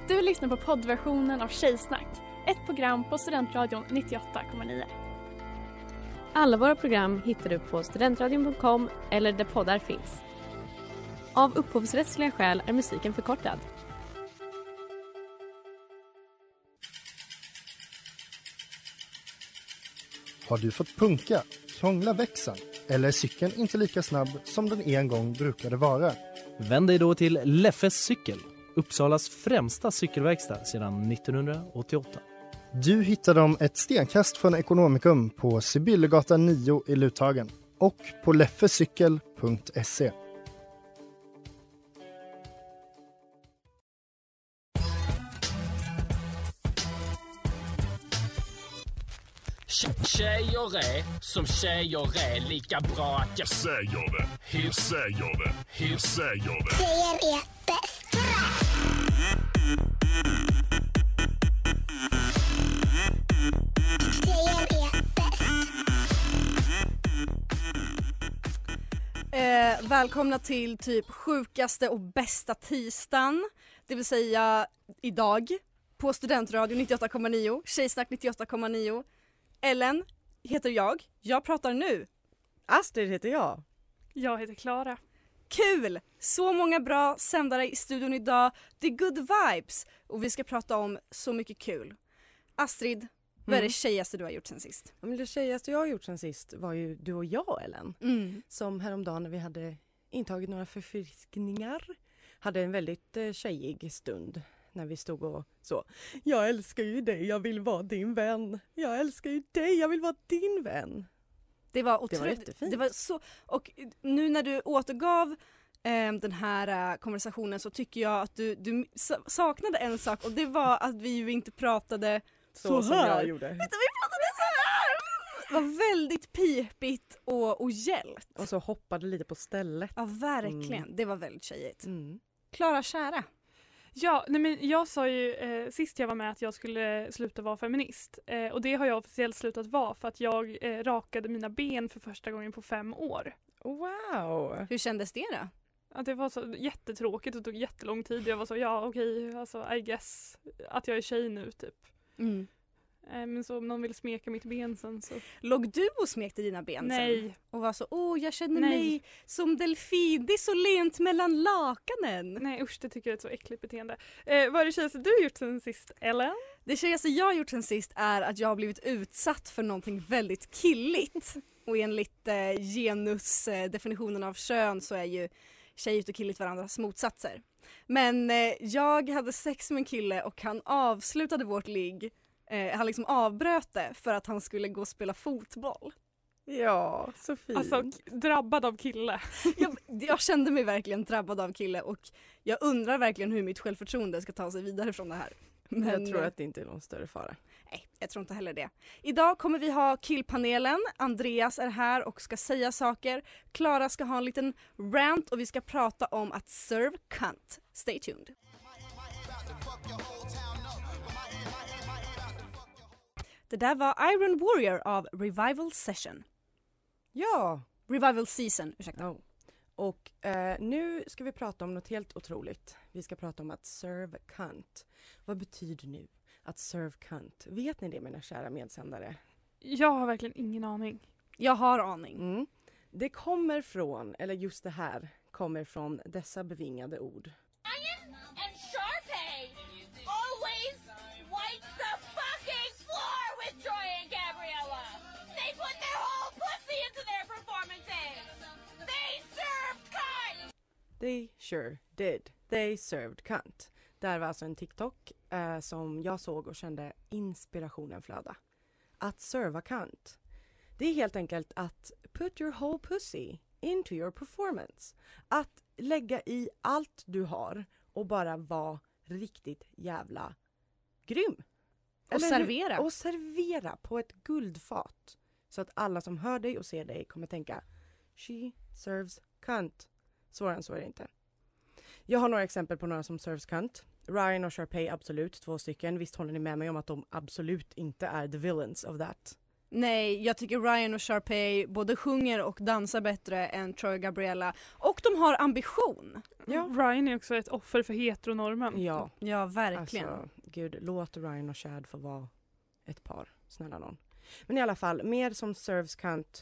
Du lyssnar på poddversionen av Tjejsnack, ett program på Studentradion 98,9. Alla våra program hittar du på studentradion.com eller där poddar finns. Av upphovsrättsliga skäl är musiken förkortad. Har du fått punka, krångla växeln eller är cykeln inte lika snabb som den en gång brukade vara? Vänd dig då till Leffes cykel, Uppsalas främsta cykelverkstad sedan 1988. Du hittar dem ett stenkast från Ekonomikum på Sibyllegatan 9 i Luthagen och på leffecykel.se. Tjejer är som tjejer är, lika bra att jag säger det. Hur säger det? Hur säger det? Tjejer är bäst. Tjejer är bäst. Välkomna till typ sjukaste och bästa tisdagen. Det vill säga idag på Studentradio 98,9, Tjejsnack 98,9. Ellen heter jag pratar nu. Astrid heter jag. Jag heter Klara. Kul! Så många bra sändare i studion idag. Det är good vibes och vi ska prata om så mycket kul. Astrid, vad är det tjejigaste du har gjort sen sist? Men det tjejigaste jag har gjort sen sist var ju du och jag, Ellen. Som häromdagen när vi hade intagit några förfriskningar hade en väldigt tjejig stund. När vi stod och så. Jag älskar ju dig, jag vill vara din vän. Jag älskar ju dig, jag vill vara din vän. Det var otroligt. Det var jättefint. Det var så, och nu när du återgav den här konversationen så tycker jag att du saknade en sak. Och det var att vi ju inte pratade så som här. jag gjorde. Utan vi pratade så här. Det var väldigt pipigt och gällt. Och så hoppade lite på stället. Ja, verkligen. Det var väldigt tjejigt. Mm. Klara, kära. Ja, nej men jag sa ju sist jag var med att jag skulle sluta vara feminist. Och det har jag officiellt slutat vara för att jag rakade mina ben för första gången på 5 år. Wow! Hur kändes det då? Att det var så jättetråkigt och tog jättelång tid. Jag var så, ja okej, alltså I guess att jag är tjej nu typ. Mm. Men så om någon vill smeka mitt ben sen så... Låg du och smekte dina ben Nej. sen? Och var så, jag känner Nej. mig som delfin. Det är så lent mellan lakanen. Nej usch, det tycker jag är ett så äckligt beteende. Vad är det tjejigaste du har gjort sen sist, Ellen? Det tjejigaste jag har gjort sen sist är att jag har blivit utsatt för någonting väldigt killigt. Och enligt genusdefinitionen av kön så är ju tjejigt och killigt varandras motsatser. Men jag hade sex med en kille och han avslutade vårt ligg. Han liksom avbröt det för att han skulle gå och spela fotboll. Ja, så fint. Alltså drabbad av kille. Jag kände mig verkligen drabbad av kille och jag undrar verkligen hur mitt självförtroende ska ta sig vidare från det här. Men jag tror att det inte är någon större fara. Nej, jag tror inte heller det. Idag kommer vi ha killpanelen. Andreas är här och ska säga saker. Klara ska ha en liten rant och vi ska prata om att serve cunt. Stay tuned. Det där var Iron Warrior av Revival Session. Ja! Revival Season, ursäkta. Oh. Och nu ska vi prata om något helt otroligt. Vi ska prata om att serve cunt. Vad betyder nu att serve cunt? Vet ni det, mina kära medsändare? Jag har verkligen ingen aning. Jag har aning. Mm. Det kommer från, eller just det här, kommer från dessa bevingade ord. Ryan and Sharpay always wipe the fucking floor with Joy and Gabriella. They put their whole pussy into their performances. They served cunt. They sure did. They served cunt. Det här var alltså en TikTok som jag såg och kände inspirationen flöda. Att serva cunt. Det är helt enkelt att put your whole pussy into your performance. Att lägga i allt du har och bara vara riktigt jävla grym. Och servera. Och servera på ett guldfat. Så att alla som hör dig och ser dig kommer tänka she serves cunt. Svårare än så är det inte. Jag har några exempel på några som serves cunt. Ryan och Sharpay, absolut, 2 stycken. Visst håller ni med mig om att de absolut inte är the villains of that Nej, jag tycker Ryan och Sharpay både sjunger och dansar bättre än Troy och Gabriella. Och de har ambition. Ja. Ryan är också ett offer för heteronormen. Ja, Ja, verkligen. alltså gud, låt Ryan och Chad få vara ett par, snälla någon. Men i alla fall, mer som serves cunt.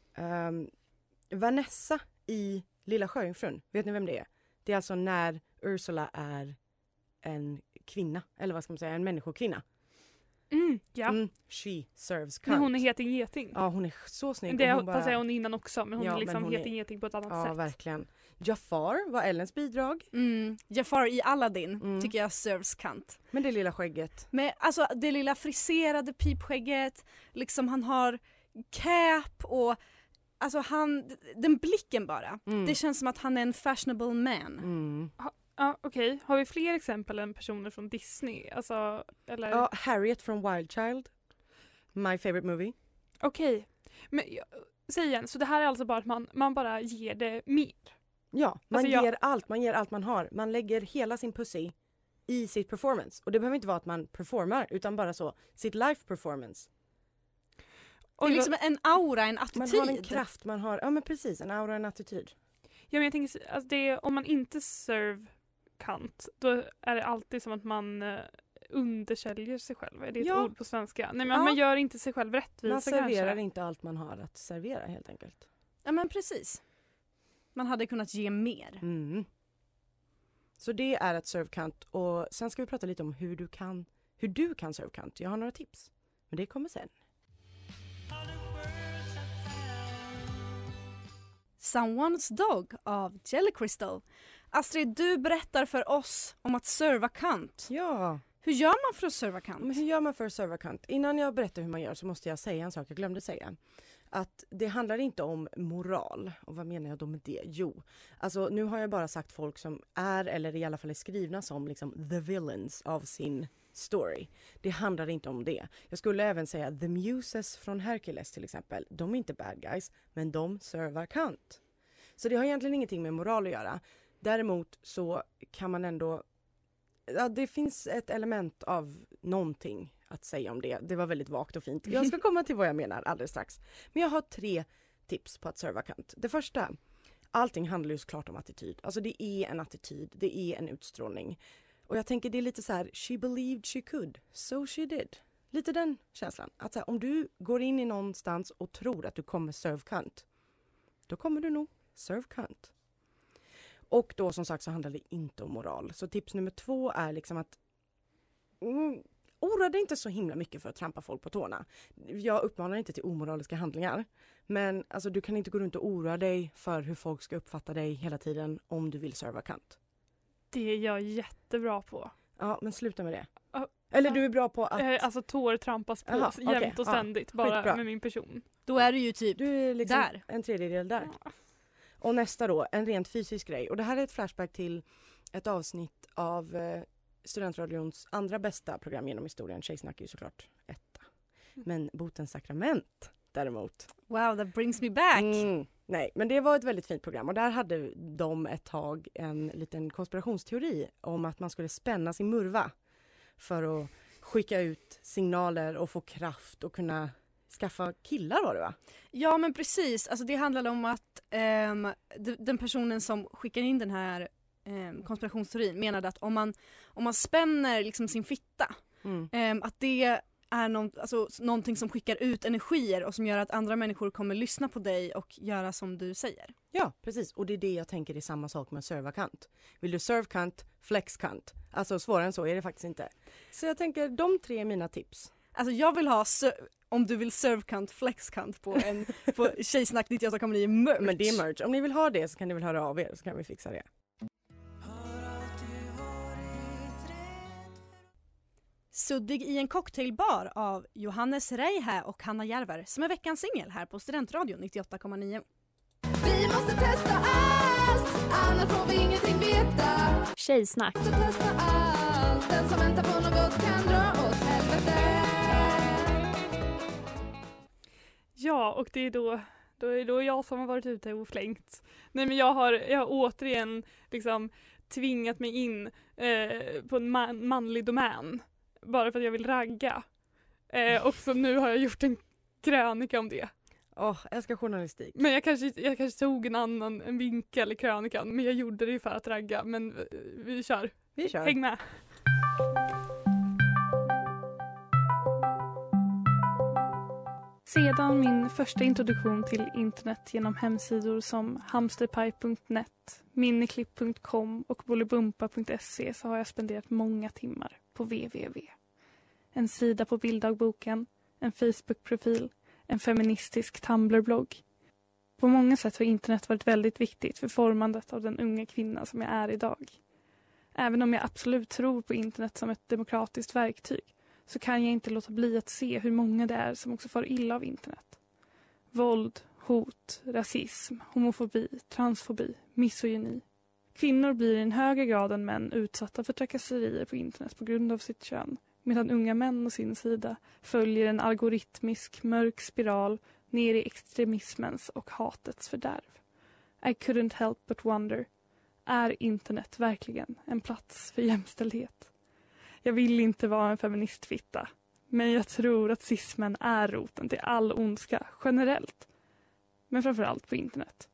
Vanessa i Lilla Sjöjungfrun, vet ni vem det är? Det är alltså när Ursula är en kvinna, eller vad ska man säga, en människokvinna. Ja. She serves cunt. Men hon är Geting. Ja, hon är så snygg. Det och passar hon innan också, men hon Ja, är liksom men hon är- Geting på ett annat Ja, sätt. verkligen. Jafar var Ellens bidrag. Jafar i Aladdin tycker jag serves kant. Men det lilla skägget. Med alltså det lilla friserade pipskägget, liksom han har cap och alltså den blicken bara. Det känns som att han är en fashionable man. Ja, okej. Har vi fler exempel än personer från Disney? Alltså, eller? Ja, Harriet från Wild Child. My favorite movie. Okej. Men säg igen, så det här är alltså bara att man bara ger det mer? Ja, man Alltså, ger allt man har. Man lägger hela sin pussy i sitt performance. Och det behöver inte vara att man performar, utan bara så, sitt life performance. Det är liksom en aura, en attityd. Man har en kraft, man har, ja men precis, en aura, en attityd. Ja, men jag tänker, alltså om man inte serve kant, då är det alltid som att man undersäljer sig själv. Är det ett ord på svenska? Nej, men man gör inte sig själv rättvisa. Man serverar kanske. inte allt man har att servera helt enkelt. Ja men precis. Man hade kunnat ge mer. Så det är ett serve kant, och sen ska vi prata lite om hur du kan serve kant. Jag har några tips, men det kommer sen. Someone's Dog av Jelly Crystal. Astrid, du berättar för oss om att serva kant. Ja. Hur gör man för att serva kant? Men hur gör man för att serva kant? Innan jag berättar hur man gör så måste jag säga en sak jag glömde säga. Att det handlar inte om moral. Och vad menar jag då med det? Jo, alltså nu har jag bara sagt folk som är, eller i alla fall är skrivna som liksom the villains av sin story. Det handlar inte om det. Jag skulle även säga The Muses från Hercules till exempel. De är inte bad guys, men de servar kant. Så det har egentligen ingenting med moral att göra. Däremot så kan man ändå, ja, det finns ett element av någonting att säga om det. Det var väldigt vagt och fint. Jag ska komma till vad jag menar alldeles strax. Men jag har 3 tips på att serva kant. Det första, allting handlar ju såklart om attityd. Alltså det är en attityd, det är en utstrålning. Och jag tänker det är lite så här, she believed she could, so she did. Lite den känslan. Att så här, om du går in i någonstans och tror att du kommer serve kant, då kommer du nog serve kant. Och då som sagt så handlar det inte om moral. Så tips nummer 2 är liksom att oroa dig inte så himla mycket för att trampa folk på tårna. Jag uppmanar inte till omoraliska handlingar. Men alltså, du kan inte gå runt och oroa dig för hur folk ska uppfatta dig hela tiden om du vill serva kant. Det är jag jättebra på. Ja, men sluta med det. Eller du är bra på att... Alltså tår trampas på jämt och ständigt, bara skitbra. med min person. Då är du ju typ Du är liksom där. en tredjedel där. Och nästa då, en rent fysisk grej. Och det här är ett flashback till ett avsnitt av Studentradions andra bästa program genom historien. Tjejsnack är ju såklart 1. Men Botens sakrament däremot. Wow, that brings me back. Nej, men det var ett väldigt fint program. Och där hade de ett tag en liten konspirationsteori om att man skulle spänna sin murva för att skicka ut signaler och få kraft och kunna skaffa killar, var det va? Ja men precis, alltså det handlade om att den personen som skickar in den här konspirationsteorin menade att om man spänner liksom sin fitta, att det är någonting som skickar ut energier och som gör att andra människor kommer lyssna på dig och göra som du säger. Ja, precis. Och det är det jag tänker är samma sak med serva kant. Vill du serve kant, flex kant. Alltså svårare än så är det faktiskt inte. Så jag tänker, de 3 är mina tips. Alltså jag vill ha, om du vill serve-kant, flex-kant på Tjejsnack 98,9 merch. Men det är merch. Om ni vill ha det så kan ni väl höra av er så kan vi fixa det. Suddig i en cocktailbar av Johannes Reihä och Hanna Järver som är veckans singel här på Studentradion 98,9. Vi måste testa allt, annars får vi ingenting veta. Tjejsnack. Måste testa allt, den som väntar på något kan dra åt helvete. Ja, och det är då jag som har varit ute och flängt. Nej, men jag har återigen liksom tvingat mig in på en manlig domän. Bara för att jag vill ragga. Och så nu har jag gjort en krönika om det. Jag älskar journalistik. Men jag kanske tog en vinkel i krönikan, men jag gjorde det ju för att ragga. Men vi kör. Häng med. Sedan min första introduktion till internet genom hemsidor som hamsterpie.net, miniklipp.com och bolibumpa.se så har jag spenderat många timmar på www. En sida på bilddagboken, en Facebook-profil, en feministisk Tumblr-blogg. På många sätt har internet varit väldigt viktigt för formandet av den unga kvinna som jag är idag. Även om jag absolut tror på internet som ett demokratiskt verktyg så kan jag inte låta bli att se hur många det är som också far illa av internet. Våld, hot, rasism, homofobi, transfobi, misogyni. Kvinnor blir i en högre grad än män utsatta för trakasserier på internet på grund av sitt kön, medan unga män å sin sida följer en algoritmisk mörk spiral ner i extremismens och hatets fördärv. I couldn't help but wonder, är internet verkligen en plats för jämställdhet? Jag vill inte vara en feministfitta, men jag tror att cismen är roten till all ondska generellt, men framförallt på internet.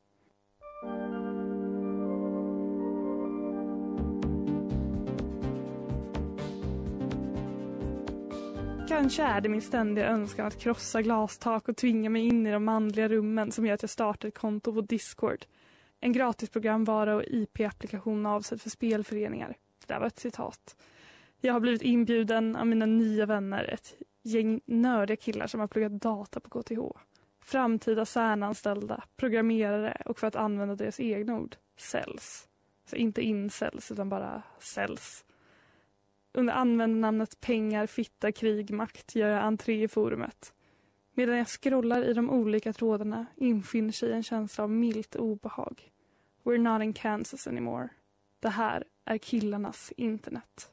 Kanske är det min ständiga önskan att krossa glastak och tvinga mig in i de manliga rummen som gör att jag startar ett konto på Discord. En gratisprogramvara och IP-applikation avsedd för spelföreningar. Det där var ett citat. Jag har blivit inbjuden av mina nya vänner, ett gäng nördiga killar som har pluggat data på KTH. Framtida CERN-anställda, programmerare och för att använda deras egna ord, cells. Så inte incels utan bara cells. Under användarnamnet pengar, fitta, krig, makt gör jag entré i forumet. Medan jag scrollar i de olika trådarna infinner sig en känsla av milt obehag. We're not in Kansas anymore. Det här är killarnas internet.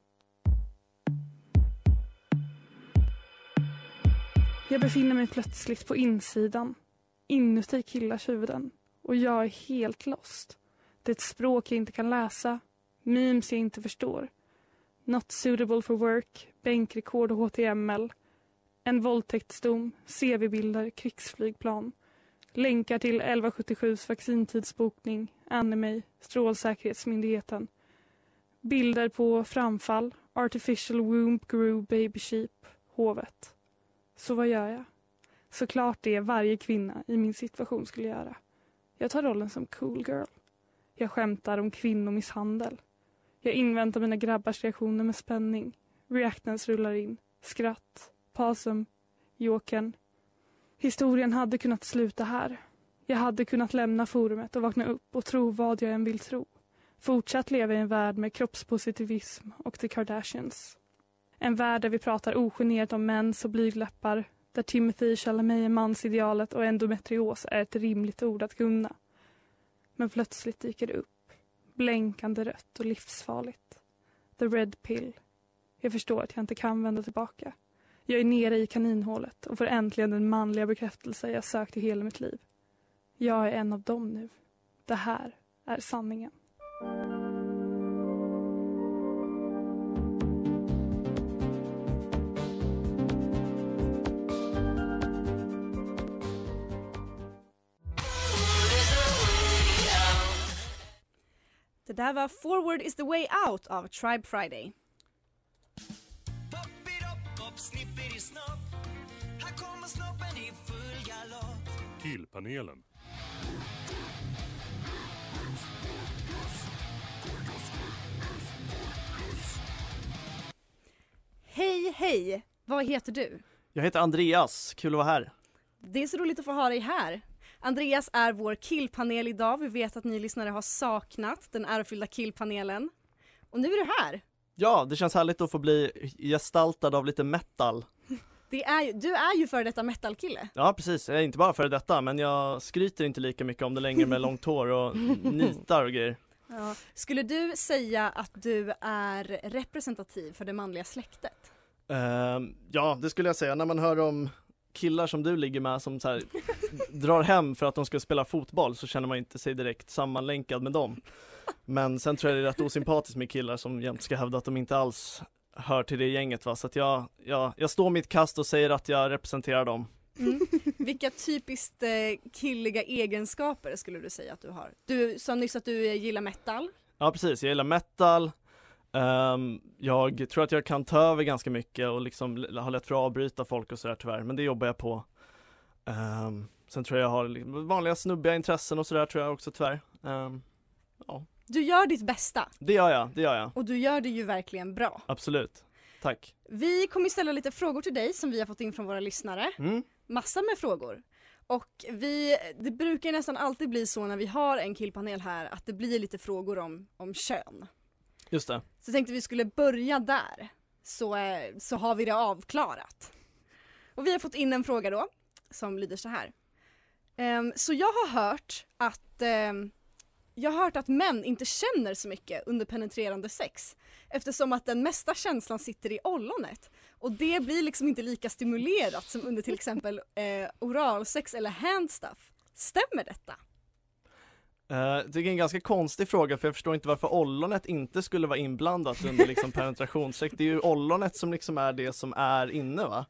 Jag befinner mig plötsligt på insidan, inuti killars huvuden, och jag är helt lost. Det är ett språk jag inte kan läsa, memes jag inte förstår. Not suitable for work, bänkrekord och HTML. En våldtäktsdom, CV-bilder, krigsflygplan. Länkar till 1177s vaccintidsbokning, anime, Strålsäkerhetsmyndigheten. Bilder på framfall, artificial womb grew baby sheep, hovet. Så vad gör jag? Såklart det varje kvinna i min situation skulle göra. Jag tar rollen som cool girl. Jag skämtar om kvinnomisshandel. Jag inväntar mina grabbars reaktioner med spänning. Reactance rullar in. Skratt. Pasum. Jokern. Historien hade kunnat sluta här. Jag hade kunnat lämna forumet och vakna upp och tro vad jag än vill tro. Fortsatt leva i en värld med kroppspositivism och The Kardashians. En värld där vi pratar ogenerat om mäns och blygdläppar. Där Timothy Chalamet är mansidealet och endometrios är ett rimligt ord att kunna. Men plötsligt dyker det upp. Blänkande rött och livsfarligt. The red pill. Jag förstår att jag inte kan vända tillbaka. Jag är nere i kaninhålet och får äntligen den manliga bekräftelse jag sökt i hela mitt liv. Jag är en av dem nu. Det här är sanningen. Det där var Forward is the way out av Tribe Friday. Killpanelen. Hej, hej! Vad heter du? Jag heter Andreas, kul att vara här. Det är så roligt att få ha dig här. Andreas är vår killpanel idag. Vi vet att ni lyssnare har saknat den ärofyllda killpanelen. Och nu är du här. Ja, det känns härligt att få bli gestaltad av lite metal. Du är ju före detta metalkille. Ja, precis. Jag är inte bara före detta, men jag skryter inte lika mycket om det längre med långt hår och nitar och grejer. Ja. Skulle du säga att du är representativ för det manliga släktet? Ja, det skulle jag säga. När man hör om killar som du ligger med som så här, drar hem för att de ska spela fotboll, så känner man inte sig direkt sammanlänkad med dem. Men sen tror jag det är rätt osympatiskt med killar som jämt ska hävda att de inte alls hör till det gänget. Va? Så att jag står mitt kast och säger att jag representerar dem. Vilka typiskt killiga egenskaper skulle du säga att du har? Du sa nyss att du gillar metal. Ja precis, jag gillar metal. Jag tror att jag kan ta över ganska mycket och liksom har lätt för att avbryta folk och sådär tyvärr, men det jobbar jag på. Sen tror jag har vanliga snubbiga intressen och sådär tror jag också tyvärr. Ja. Du gör ditt bästa. Det gör jag. Och du gör det ju verkligen bra. Absolut. Tack. Vi kommer ställa lite frågor till dig som vi har fått in från våra lyssnare. Massa med frågor. Och det brukar nästan alltid bli så när vi har en killpanel här att det blir lite frågor om kön. Just det. Så jag tänkte vi skulle börja där. Så har vi det avklarat. Och vi har fått in en fråga då som lyder så här. Så jag har hört att män inte känner så mycket under penetrerande sex eftersom att den mesta känslan sitter i ollonet och det blir liksom inte lika stimulerat som under till exempel oralsex eller handstuff. Stämmer detta? Det är en ganska konstig fråga för jag förstår inte varför ollonet inte skulle vara inblandat under liksom penetrationssex. Det är ju ollonet som liksom är det som är inne va?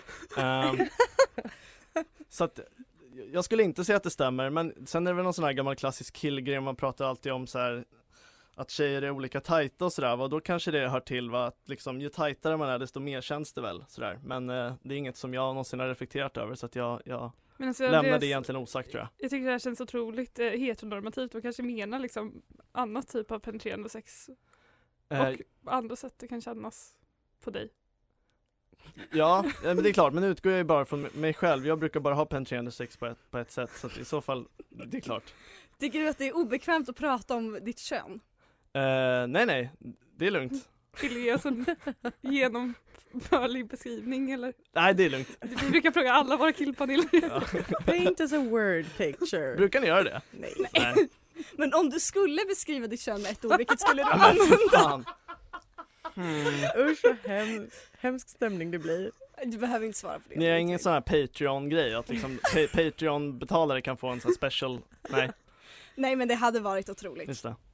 Så att jag skulle inte säga att det stämmer, men sen är det väl någon sån här gammal klassisk killgrej, man pratar alltid om så här att tjejer är olika tajta och sådär, och då kanske det hör till va, att liksom ju tajtare man är desto mer känns det väl sådär, men det är inget som jag någonsin har reflekterat över så att jag men alltså, lämnar det egentligen osagt tror jag. Jag tycker det här känns otroligt heteronormativt och kanske menar liksom annat typ av penetrerande sex och andra sätt det kan kännas på dig. Ja, men det är klart, men utgår jag ju bara från mig själv. Jag brukar bara ha penetrerande sex på ett sätt, så att i så fall, det är klart. Tycker du att det är obekvämt att prata om ditt kön? Nej, det är lugnt. Vill du ge oss en genomförlig beskrivning eller? Nej, det är lugnt. Vi brukar fråga alla våra killpaneler. Ja. Paint as a word picture. Brukar ni göra det? Nej. Men om du skulle beskriva ditt kön med ett ord, vilket skulle du Men använda? fan. Usch vad hemsk stämning det blir. Du behöver inte svara på det. Ni har ingen sån här Patreon-grej att liksom Patreon-betalare kan få en sån här special? Nej. Nej, men det hade varit otroligt. Just det.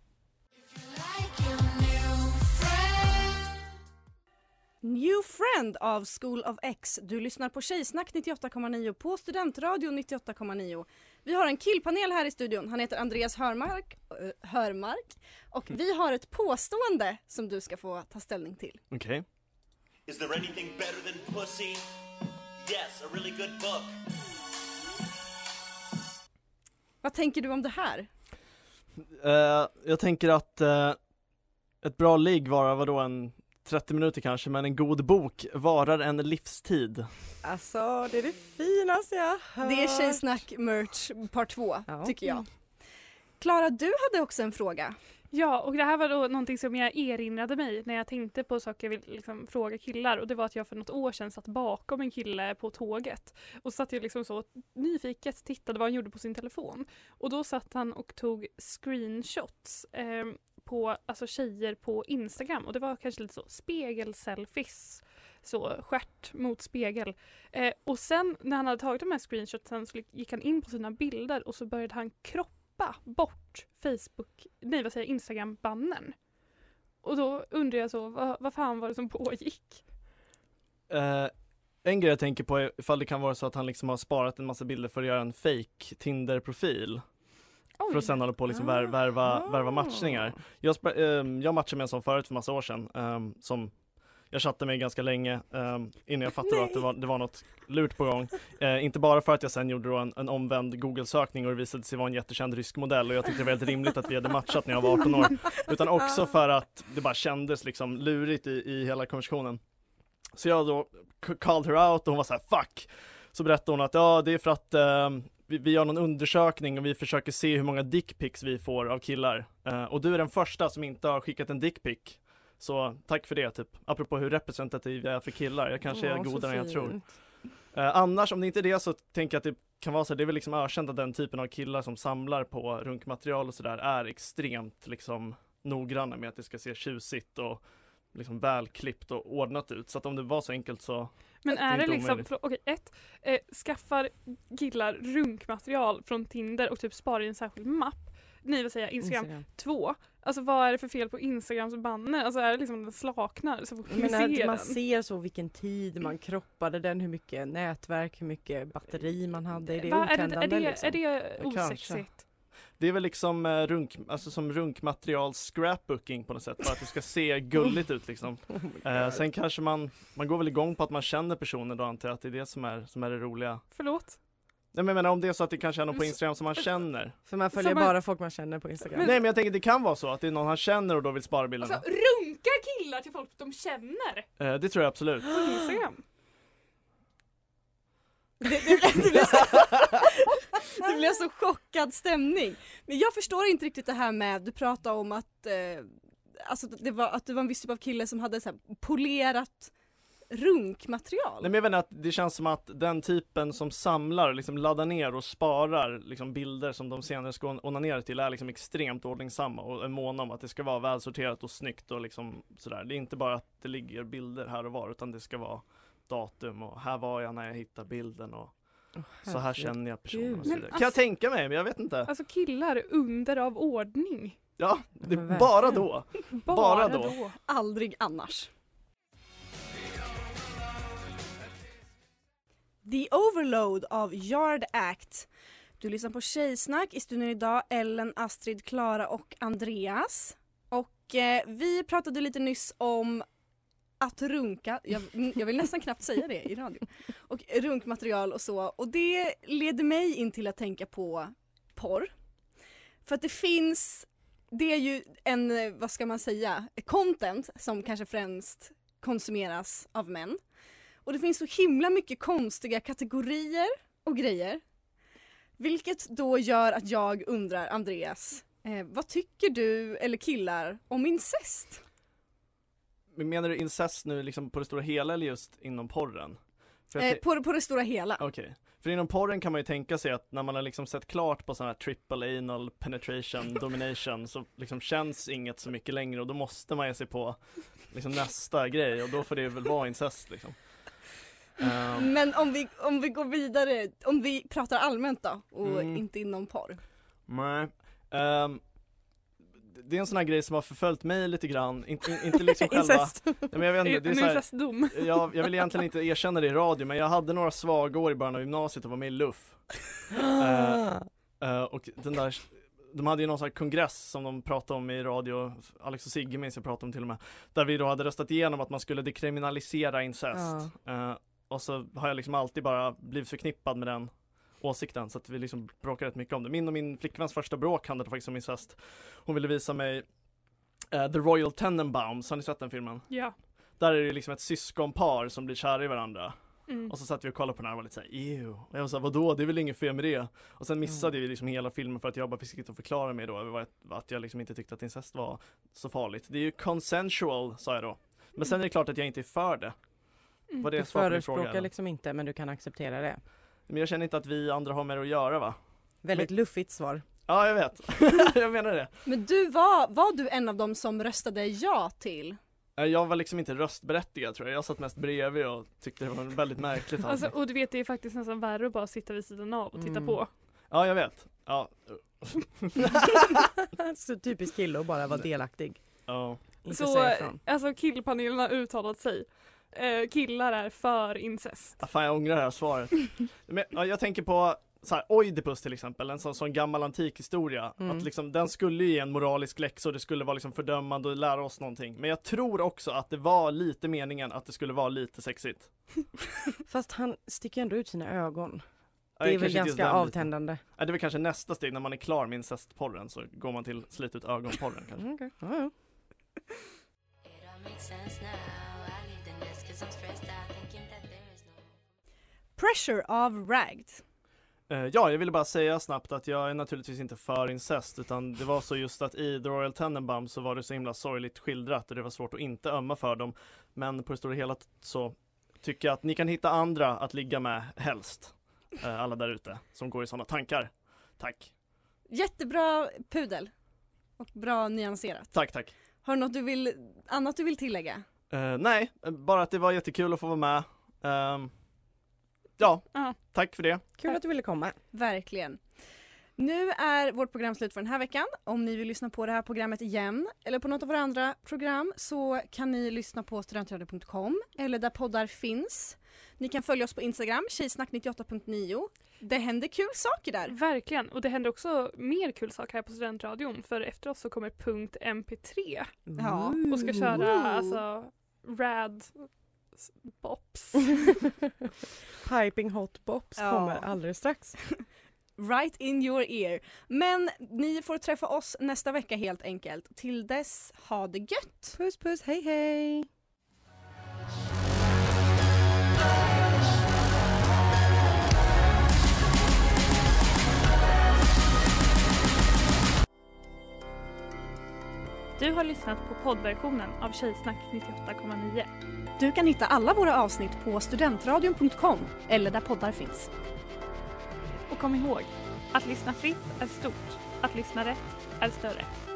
New Friend av School of X. Du lyssnar på Tjejsnack 98,9 på Studentradio 98,9. Vi har en killpanel här i studion. Han heter Andreas Hörmark. Och vi har ett påstående som du ska få ta ställning till. Okej. Is there anything better than pussy? Yes, a really good book. Vad tänker du om det här? Jag tänker att ett bra ligg varar vadå en 30 minuter kanske, men en god bok varar en livstid. Alltså, det är det finaste jag har hört. Det är Tjejsnack merch part 2, tycker jag. Klara, du hade också en fråga. Ja, och det här var då någonting som jag erinrade mig när jag tänkte på saker jag vill liksom fråga killar. Och det var att jag för något år sedan satt bakom en kille på tåget. Och satt jag liksom så nyfiket tittade vad han gjorde på sin telefon. Och då satt han och tog screenshots på alltså tjejer på Instagram. Och det var kanske lite så spegelselfies. Så stjärt mot spegel. Och sen när han hade tagit de här screenshotsen så gick han in på sina bilder och så började han kroppa bort Instagram-bannen. Och då undrar jag så, vad fan var det som pågick? En grej jag tänker på är ifall det kan vara så att han liksom har sparat en massa bilder för att göra en fake Tinder-profil. För att sen hålla på liksom värva matchningar. Jag matchade med en sån förut för massa år sedan. Som jag chattade med ganska länge innan jag fattade att det var något lurt på gång. Inte bara för att jag sen gjorde då en omvänd Google-sökning och det visade sig vara en jättekänd rysk modell och jag tyckte det var helt rimligt att vi hade matchat när jag var 18 år. Utan också för att det bara kändes liksom lurigt i hela konversationen. Så jag då called her out och hon var så här fuck. Så berättade hon att det är för att vi gör någon undersökning och vi försöker se hur många dickpics vi får av killar. Och du är den första som inte har skickat en dickpic. Så tack för det, typ. Apropå hur representativ jag är för killar. Jag kanske är godare än jag tror. Annars, om det inte är det så tänker jag att det kan vara så. Det är väl liksom ökänt att den typen av killar som samlar på runkmaterial och sådär är extremt liksom noggranna med att det ska se tjusigt och liksom välklippt och ordnat ut. Så att om det var så enkelt så... Men är det liksom, skaffar killar runkmaterial från Tinder och typ sparar i en särskild mapp? Nej, vad säger jag? Instagram. 2. Alltså vad är det för fel på Instagrams banner? Alltså är det liksom den slaknar så fort vi ser man den? ser så vilken tid man kroppade den, hur mycket nätverk, hur mycket batteri man hade. Är det otändande är det osexigt? Kanske. Det är väl liksom som runkmaterial scrapbooking på något sätt, bara att det ska se gulligt ut liksom. Sen kanske man går väl igång på att man känner personer då, antar jag att det är det som är det roliga. Förlåt? Nej, men jag menar om det är så att det kanske är någon på Instagram som man känner. För man följer bara folk man känner på Instagram. Nej, men jag tänker det kan vara så att det är någon han känner och då vill spara bilderna. Alltså runkar killar till folk de känner? Det tror jag absolut. På Instagram? Det blev så chockad stämning. Men jag förstår inte riktigt det här med, du pratade om att alltså det var en viss typ av kille som hade så här polerat runkmaterial. Nej, men jag vet inte, att det känns som att den typen som samlar, liksom laddar ner och sparar liksom bilder som de senare ska onanera till är liksom extremt ordningsamma och är måna om att det ska vara välsorterat och snyggt och liksom sådär. Det är inte bara att det ligger bilder här och var, utan det ska vara datum och här var jag när jag hittade bilden och så här känner jag personen och så vidare. Kan jag tänka mig, men jag vet inte. Alltså killar är under av ordning. Ja, det är bara då. Bara då. Aldrig annars. The Overload av Yard Act. Du lyssnar på Tjejsnack, i studion idag Ellen, Astrid, Klara och Andreas. Och vi pratade lite nyss om att runka. Jag vill nästan knappt säga det i radio. Och runkmaterial och så. Och det leder mig in till att tänka på porr. För att det är ju en, vad ska man säga, content som kanske främst konsumeras av män. Och det finns så himla mycket konstiga kategorier och grejer. Vilket då gör att jag undrar, Andreas, vad tycker du eller killar om incest? Men menar du incest nu liksom på det stora hela eller just inom porren? På det stora hela. Okej. För inom porren kan man ju tänka sig att när man har liksom sett klart på sån här triple anal penetration domination så liksom känns inget så mycket längre och då måste man ge sig på liksom nästa grej och då får det väl vara incest liksom. Men om vi går vidare, om vi pratar allmänt då och inte inom porr. Nej. Det är en sån här grej som har förföljt mig lite grann, inte liksom själva. Men jag vet inte, det är så här, incestdom. jag vill egentligen inte erkänna det i radio, men jag hade några svaga år i början av gymnasiet och var med i LUF. Och de hade ju någon sån här kongress som de pratade om i radio, Alex och Sigge minns jag pratade om till och med, där vi då hade röstat igenom att man skulle dekriminalisera incest. Och så har jag liksom alltid bara blivit förknippad med den åsikten, så att vi liksom bråkar rätt mycket om det. Min och min flickväns första bråk handlade faktiskt om incest. Hon ville visa mig The Royal Tenenbaums, har ni sett den filmen? Ja. Där är det liksom ett syskonpar som blir kära i varandra. Och så satt vi och kollade på den här och var lite såhär, ew. Och jag var såhär, vadå? Det är väl ingen fel med det. Och sen missade vi liksom hela filmen för att jag bara fick sitta och förklara mig då över att jag liksom inte tyckte att incest var så farligt. Det är ju consensual, sa jag då. Men sen är det klart att jag inte är för det. Vad det är du förespråkar liksom inte, men du kan acceptera det. Men jag känner inte att vi andra har mer att göra, va? Väldigt luffigt svar. Ja, jag vet. Jag menar det. Men var du en av dem som röstade ja till? Jag var liksom inte röstberättigad, tror jag. Jag satt mest bredvid och tyckte det var väldigt märkligt. Alltså, och du vet, det är faktiskt nästan värre att bara sitta vid sidan av och titta på. Ja, jag vet. Ja. Så typiskt kille och bara vara delaktig. Ja. Så alltså killpanelen har uttalat sig. Killar är för incest. Fan, jag ångrar det här svaret. Men, jag tänker på så här, Oidipus till exempel, en sån gammal antik historia. Att liksom, den skulle ge en moralisk läxa och det skulle vara liksom fördömande och lära oss någonting. Men jag tror också att det var lite meningen att det skulle vara lite sexigt. Fast han sticker ändå ut sina ögon. Det är väl ganska avtändande. Det är väl kanske nästa steg när man är klar med incestporren, så går man till slit ut ögonporren kanske. Okay. Ja. Pressure av Ragged. Ja, jag ville bara säga snabbt att jag är naturligtvis inte för incest, utan det var så just att i The Royal Tenenbaums så var det så himla sorgligt skildrat och det var svårt att inte ömma för dem. Men på det stora hela så tycker jag att ni kan hitta andra att ligga med helst. Alla där ute som går i sådana tankar. Tack. Jättebra pudel. Och bra nyanserat. Tack. Har du något annat du vill tillägga? Nej, bara att det var jättekul att få vara med. Tack för det. Kul att du ville komma. Verkligen. Nu är vårt program slut för den här veckan. Om ni vill lyssna på det här programmet igen eller på något av våra andra program så kan ni lyssna på studentradio.com eller där poddar finns. Ni kan följa oss på Instagram, tjejsnack98.9. Det händer kul saker där. Verkligen, och det händer också mer kul saker här på Studentradion, för efter oss så kommer .mp3 Ja. och ska köra alltså rad bops. Piping hot bops kommer alldeles strax. Right in your ear. Men ni får träffa oss nästa vecka helt enkelt. Till dess, ha det gött. Puss puss, hej hej. Du har lyssnat på poddversionen av Tjejsnack 98,9. Du kan hitta alla våra avsnitt på studentradion.com eller där poddar finns. Och kom ihåg, att lyssna fritt är stort, att lyssna rätt är större.